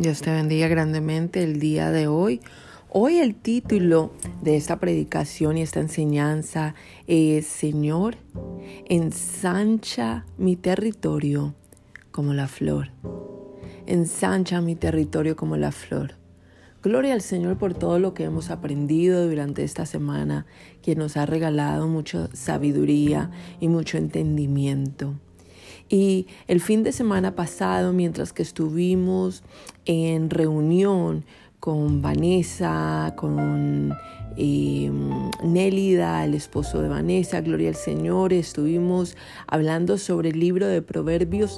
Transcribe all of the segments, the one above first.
Dios te bendiga grandemente el día de hoy. Hoy el título de esta predicación y esta enseñanza es: Señor, ensancha mi territorio como la flor. Ensancha mi territorio como la flor. Gloria al Señor por todo lo que hemos aprendido durante esta semana, que nos ha regalado mucha sabiduría y mucho entendimiento. Y el fin de semana pasado, mientras que estuvimos en reunión con Vanessa, con Nélida, el esposo de Vanessa, gloria al Señor, estuvimos hablando sobre el libro de Proverbios,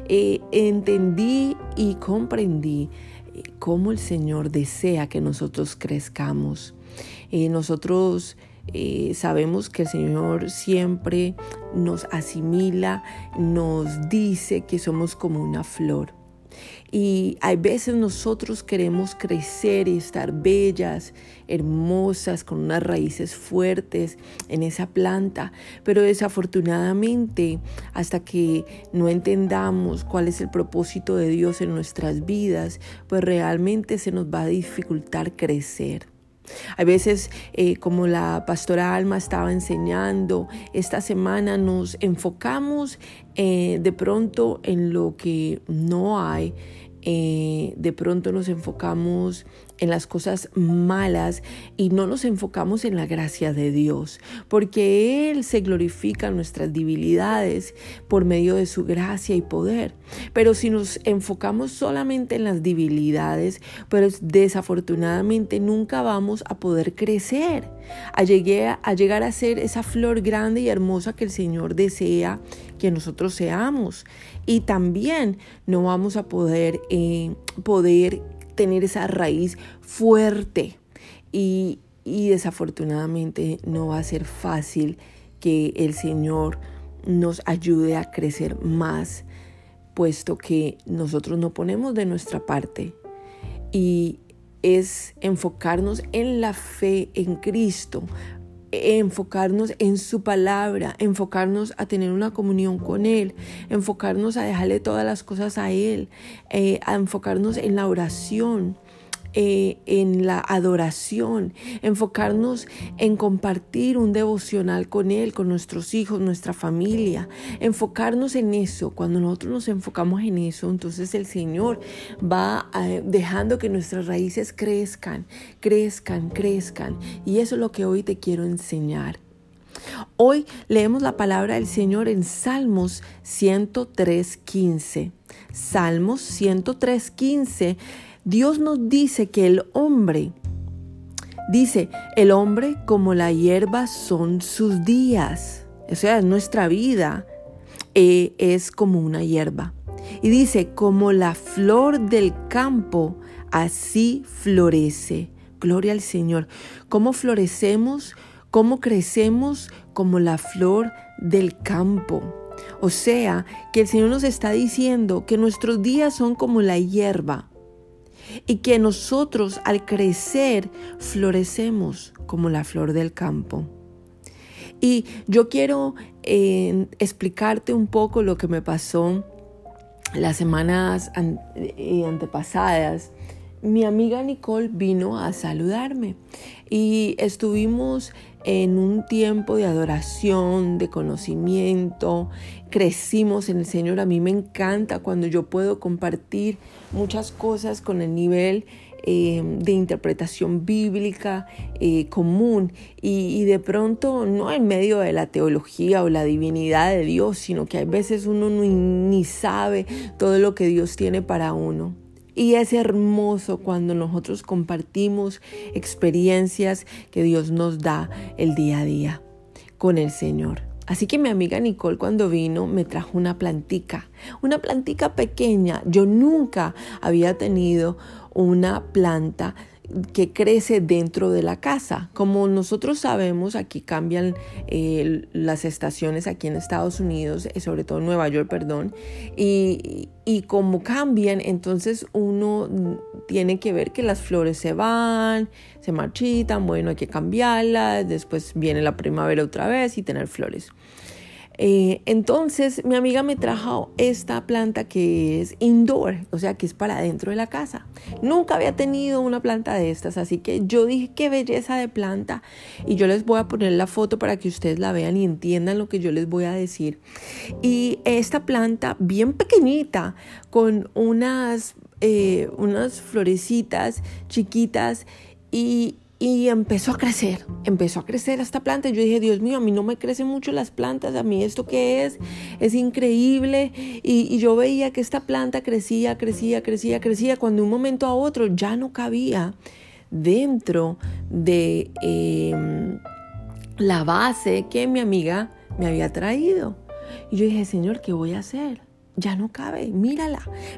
entendí y comprendí cómo el Señor desea que nosotros crezcamos. Nosotros sabemos que el Señor siempre nos asimila, nos dice que somos como una flor. Y hay veces nosotros queremos crecer y estar bellas, hermosas, con unas raíces fuertes en esa planta, pero desafortunadamente hasta que no entendamos cuál es el propósito de Dios en nuestras vidas, pues realmente se nos va a dificultar crecer. A veces, como la pastora Alma estaba enseñando, esta semana nos enfocamos de pronto en lo que no hay, de pronto nos enfocamos en las cosas malas y no nos enfocamos en la gracia de Dios, porque Él se glorifica en nuestras debilidades por medio de su gracia y poder. Pero si nos enfocamos solamente en las debilidades, pues desafortunadamente nunca vamos a poder crecer, a llegar a ser esa flor grande y hermosa que el Señor desea que nosotros seamos. Y también no vamos a poder tener esa raíz fuerte y desafortunadamente no va a ser fácil que el Señor nos ayude a crecer más, puesto que nosotros no ponemos de nuestra parte, y es enfocarnos en la fe en Cristo, enfocarnos en su palabra, enfocarnos a tener una comunión con Él, enfocarnos a dejarle todas las cosas a Él, a enfocarnos en la oración, en la adoración, enfocarnos en compartir un devocional con Él, con nuestros hijos, nuestra familia, enfocarnos en eso. Cuando nosotros nos enfocamos en eso, entonces el Señor va dejando que nuestras raíces crezcan, y eso es lo que hoy te quiero enseñar. Hoy leemos la palabra del Señor en Salmos 103:15. Salmos 103:15. Dios nos dice que el hombre como la hierba son sus días. O sea, nuestra vida es como una hierba. Y dice, como la flor del campo, así florece. Gloria al Señor. ¿Cómo florecemos? ¿Cómo crecemos? Como la flor del campo. O sea, que el Señor nos está diciendo que nuestros días son como la hierba, y que nosotros al crecer florecemos como la flor del campo. Y yo quiero explicarte un poco lo que me pasó las semanas antepasadas. Mi amiga Nicole vino a saludarme y estuvimos en un tiempo de adoración, de conocimiento. Crecimos en el Señor. A mí me encanta cuando yo puedo compartir muchas cosas con el nivel de interpretación bíblica común, y de pronto no en medio de la teología o la divinidad de Dios, sino que a veces uno ni sabe todo lo que Dios tiene para uno. Y es hermoso cuando nosotros compartimos experiencias que Dios nos da el día a día con el Señor. Así que mi amiga Nicole, cuando vino, me trajo una plantica pequeña. Yo nunca había tenido una planta que crece dentro de la casa. Como nosotros sabemos, aquí cambian las estaciones aquí en Estados Unidos, sobre todo en Nueva York, y como cambian, entonces uno tiene que ver que las flores se van, se marchitan, bueno, hay que cambiarlas, después viene la primavera otra vez y tener flores. Entonces mi amiga me trajo esta planta que es indoor, o sea que es para dentro de la casa. Nunca había tenido una planta de estas, así que yo dije qué belleza de planta, y yo les voy a poner la foto para que ustedes la vean y entiendan lo que yo les voy a decir. Y esta planta bien pequeñita con unas florecitas chiquitas y empezó a crecer esta planta. Yo dije, Dios mío, a mí no me crecen mucho las plantas, a mí esto qué es increíble. Y yo veía que esta planta crecía, cuando de un momento a otro ya no cabía dentro de la base que mi amiga me había traído. Y yo dije, Señor, ¿qué voy a hacer? Ya no cabe, mírale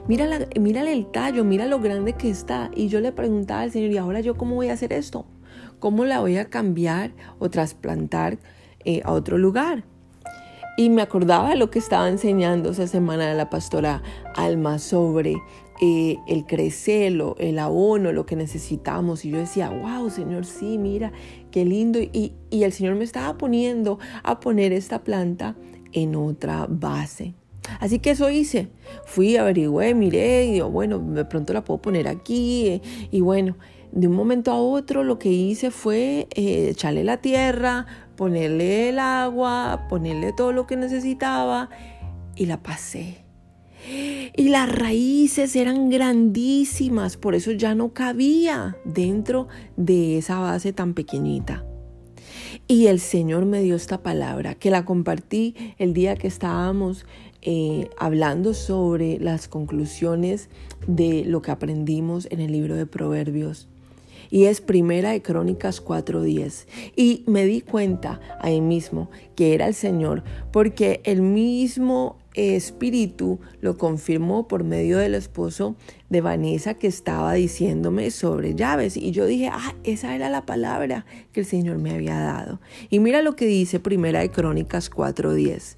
el tallo, mira lo grande que está. Y yo le preguntaba al Señor, ¿y ahora yo cómo voy a hacer esto? ¿Cómo la voy a cambiar o trasplantar a otro lugar? Y me acordaba de lo que estaba enseñando esa semana la pastora Alma sobre el crecer, el abono, lo que necesitamos. Y yo decía, wow, Señor, sí, mira, qué lindo. Y el Señor me estaba poniendo a poner esta planta en otra base. Así que eso hice. Fui, averigüé, miré y digo, bueno, de pronto la puedo poner aquí. Y bueno, de un momento a otro lo que hice fue echarle la tierra, ponerle el agua, ponerle todo lo que necesitaba y la pasé. Y las raíces eran grandísimas, por eso ya no cabía dentro de esa base tan pequeñita. Y el Señor me dio esta palabra, que la compartí el día que estábamos hablando sobre las conclusiones de lo que aprendimos en el libro de Proverbios. Y es Primera de Crónicas 4:10. Y me di cuenta ahí mismo que era el Señor, porque el mismo Espíritu lo confirmó por medio del esposo de Vanessa, que estaba diciéndome sobre llaves. Y yo dije, esa era la palabra que el Señor me había dado. Y mira lo que dice Primera de Crónicas 4:10.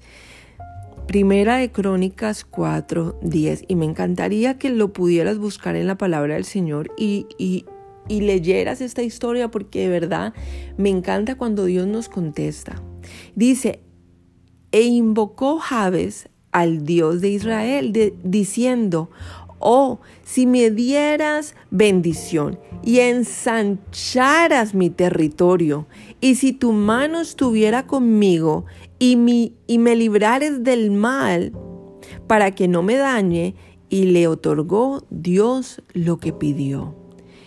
Primera de Crónicas 4:10. Y me encantaría que lo pudieras buscar en la palabra del Señor y leyeras esta historia, porque de verdad me encanta cuando Dios nos contesta. Dice, e invocó Jabes al Dios de Israel, diciendo, oh, si me dieras bendición y ensancharas mi territorio, y si tu mano estuviera conmigo y me librares del mal para que no me dañe, y le otorgó Dios lo que pidió.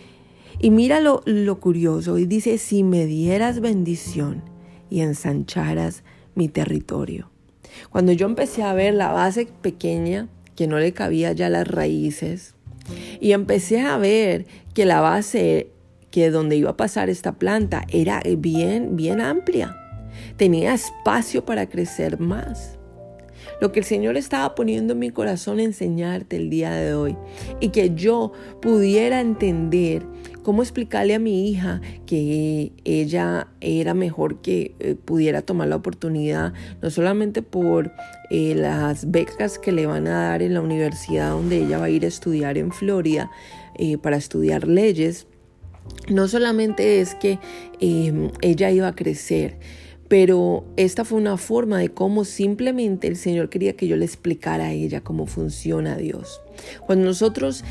Y mira lo curioso, y dice, si me dieras bendición y ensancharas mi territorio. Cuando yo empecé a ver la base pequeña, que no le cabía ya las raíces, y empecé a ver que la base que donde iba a pasar esta planta era bien amplia, tenía espacio para crecer más. Lo que el Señor estaba poniendo en mi corazón enseñarte el día de hoy, y que yo pudiera entender cómo explicarle a mi hija que ella era mejor que pudiera tomar la oportunidad, no solamente por las becas que le van a dar en la universidad donde ella va a ir a estudiar en Florida para estudiar leyes. No solamente es que ella iba a crecer, pero esta fue una forma de cómo simplemente el Señor quería que yo le explicara a ella cómo funciona Dios. Cuando nosotros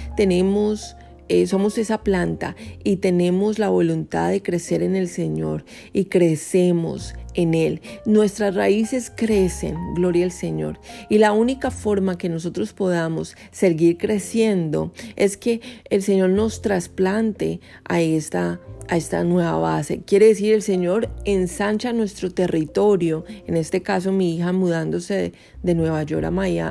somos esa planta y tenemos la voluntad de crecer en el Señor y crecemos en Él, nuestras raíces crecen, gloria al Señor. Y la única forma que nosotros podamos seguir creciendo es que el Señor nos trasplante a esta nueva base. Quiere decir, el Señor ensancha nuestro territorio. En este caso, mi hija mudándose de Nueva York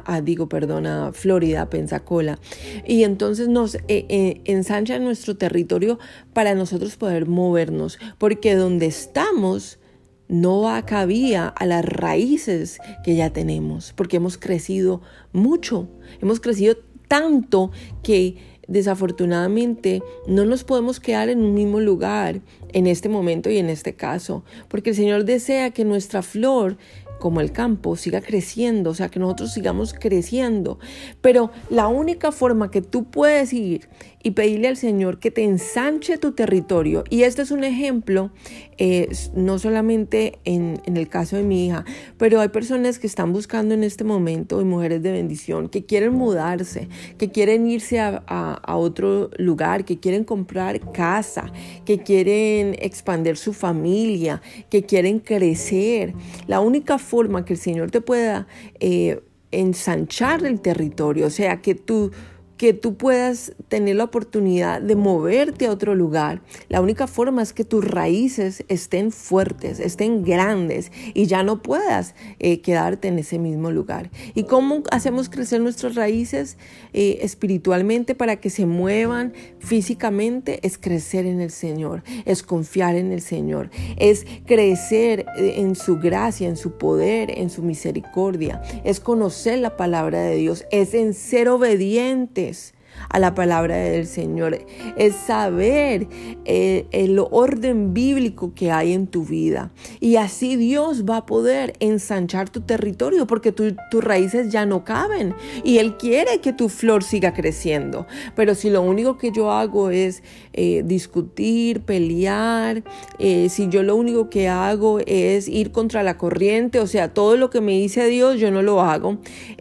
a Florida, a Pensacola. Y entonces nos ensancha nuestro territorio para nosotros poder movernos, porque donde estamos no cabía a las raíces que ya tenemos, porque hemos crecido mucho, hemos crecido tanto que desafortunadamente no nos podemos quedar en un mismo lugar en este momento y en este caso, porque el Señor desea que nuestra flor como el campo siga creciendo, o sea, que nosotros sigamos creciendo. Pero la única forma que tú puedes ir y pedirle al Señor que te ensanche tu territorio, y este es un ejemplo, no solamente en el caso de mi hija, pero hay personas que están buscando en este momento, y mujeres de bendición, que quieren mudarse, que quieren irse a otro lugar, que quieren comprar casa, que quieren expandir su familia, que quieren crecer. La única forma que el Señor te pueda ensanchar el territorio, o sea, que tú puedas tener la oportunidad de moverte a otro lugar. La única forma es que tus raíces estén fuertes, estén grandes y ya no puedas quedarte en ese mismo lugar. ¿Y cómo hacemos crecer nuestras raíces espiritualmente para que se muevan físicamente? Es crecer en el Señor, es confiar en el Señor, es crecer en su gracia, en su poder, en su misericordia, es conocer la palabra de Dios, es en ser obediente a la palabra del Señor, es saber el orden bíblico que hay en tu vida, y así Dios va a poder ensanchar tu territorio, porque tus raíces ya no caben y Él quiere que tu flor siga creciendo. Pero si lo único que yo hago es discutir, pelear, si yo lo único que hago es ir contra la corriente, o sea, todo lo que me dice Dios yo no lo hago,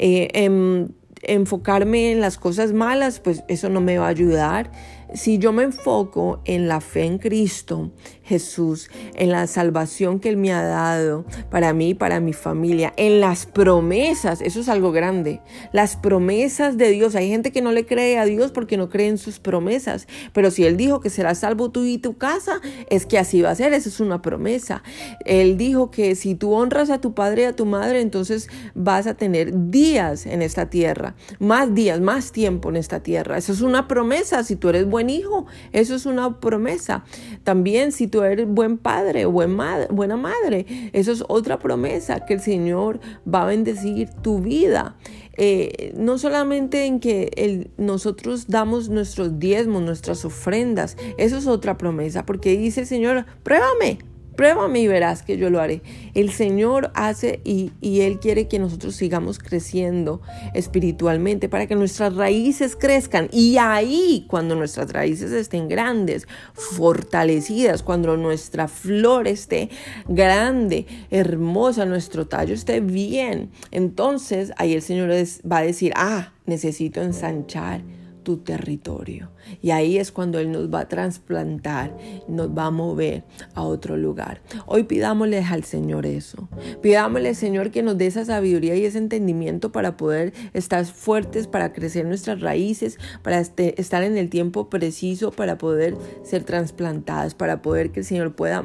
enfocarme en las cosas malas, pues eso no me va a ayudar. Si yo me enfoco en la fe en Cristo Jesús, en la salvación que Él me ha dado para mí y para mi familia, en las promesas, eso es algo grande, las promesas de Dios. Hay gente que no le cree a Dios porque no cree en sus promesas, pero si Él dijo que serás salvo tú y tu casa, es que así va a ser, esa es una promesa. Él dijo que si tú honras a tu padre y a tu madre, entonces vas a tener días en esta tierra, más días, más tiempo en esta tierra. Eso es una promesa. Si tú eres buen hijo, eso es una promesa. También si tú eres buen padre o buena madre, eso es otra promesa, que el Señor va a bendecir tu vida. No solamente en que nosotros damos nuestros diezmos, nuestras ofrendas, eso es otra promesa, porque dice el Señor, pruébame y verás que yo lo haré. El Señor hace y Él quiere que nosotros sigamos creciendo espiritualmente para que nuestras raíces crezcan. Y ahí, cuando nuestras raíces estén grandes, fortalecidas, cuando nuestra flor esté grande, hermosa, nuestro tallo esté bien, entonces ahí el Señor va a decir, necesito ensanchar tu territorio. Y ahí es cuando Él nos va a trasplantar, nos va a mover a otro lugar. Hoy pidámosle al Señor eso. Pidámosle, Señor, que nos dé esa sabiduría y ese entendimiento para poder estar fuertes, para crecer nuestras raíces, para estar en el tiempo preciso, para poder ser trasplantadas, para poder que el Señor pueda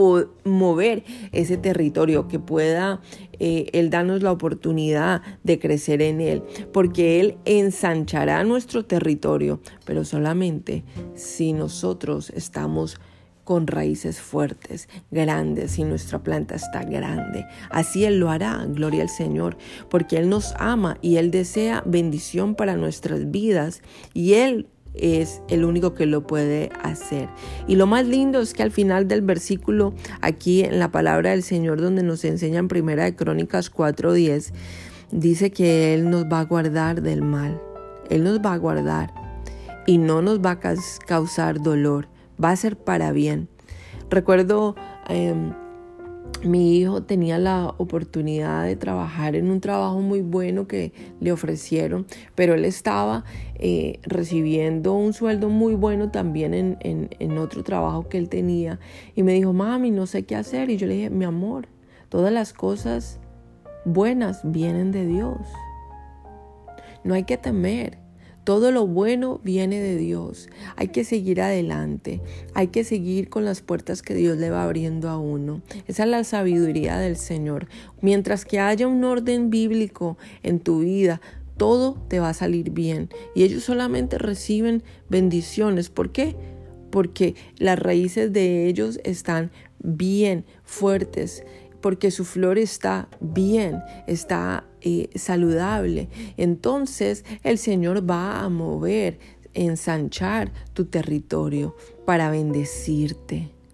mover ese territorio, que pueda Él darnos la oportunidad de crecer en Él, porque Él ensanchará nuestro territorio, pero solamente si nosotros estamos con raíces fuertes, grandes, si nuestra planta está grande. Así Él lo hará, gloria al Señor, porque Él nos ama y Él desea bendición para nuestras vidas, y Él es el único que lo puede hacer. Y lo más lindo es que al final del versículo, aquí en la palabra del Señor, donde nos enseña en 1 Crónicas 4:10, dice que Él nos va a guardar del mal. Él nos va a guardar y no nos va a causar dolor. Va a ser para bien. Recuerdo, mi hijo tenía la oportunidad de trabajar en un trabajo muy bueno que le ofrecieron, pero él estaba recibiendo un sueldo muy bueno también en otro trabajo que él tenía. Y me dijo, mami, no sé qué hacer. Y yo le dije, mi amor, todas las cosas buenas vienen de Dios. No hay que temer. Todo lo bueno viene de Dios. Hay que seguir adelante. Hay que seguir con las puertas que Dios le va abriendo a uno. Esa es la sabiduría del Señor. Mientras que haya un orden bíblico en tu vida, todo te va a salir bien. Y ellos solamente reciben bendiciones. ¿Por qué? Porque las raíces de ellos están bien fuertes, porque su flor está bien, está saludable. Entonces el Señor va a mover, ensanchar tu territorio para bendecirte.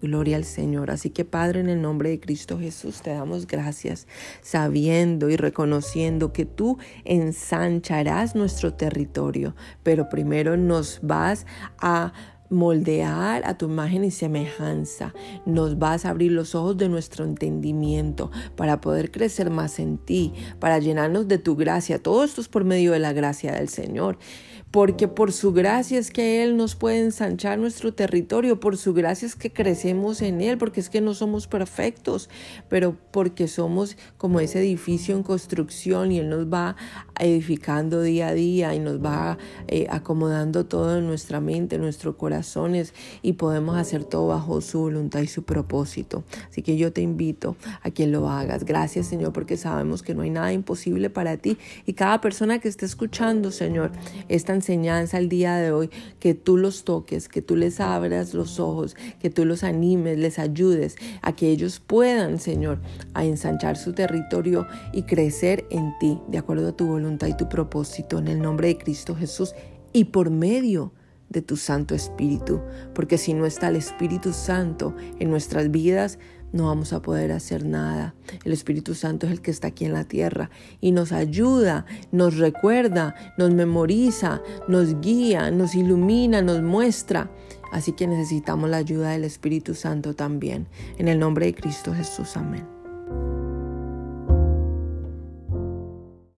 Gloria al Señor. Así que Padre, en el nombre de Cristo Jesús, te damos gracias, sabiendo y reconociendo que tú ensancharás nuestro territorio, pero primero nos vas a moldear a tu imagen y semejanza. Nos vas a abrir los ojos de nuestro entendimiento para poder crecer más en ti, para llenarnos de tu gracia. Todo esto es por medio de la gracia del Señor. Porque por su gracia es que Él nos puede ensanchar nuestro territorio, por su gracia es que crecemos en Él, porque es que no somos perfectos, pero porque somos como ese edificio en construcción y Él nos va edificando día a día y nos va acomodando todo en nuestra mente, en nuestros corazones, y podemos hacer todo bajo su voluntad y su propósito. Así que yo te invito a que lo hagas. Gracias, Señor, porque sabemos que no hay nada imposible para ti, y cada persona que esté escuchando, Señor, esta enseñanza el día de hoy, que tú los toques, que tú les abras los ojos, que tú los animes, les ayudes a que ellos puedan, Señor, a ensanchar su territorio y crecer en ti, de acuerdo a tu voluntad y tu propósito, en el nombre de Cristo Jesús y por medio de tu Santo Espíritu, porque si no está el Espíritu Santo en nuestras vidas, no vamos a poder hacer nada. El Espíritu Santo es el que está aquí en la tierra y nos ayuda, nos recuerda, nos memoriza, nos guía, nos ilumina, nos muestra. Así que necesitamos la ayuda del Espíritu Santo también. En el nombre de Cristo Jesús, amén.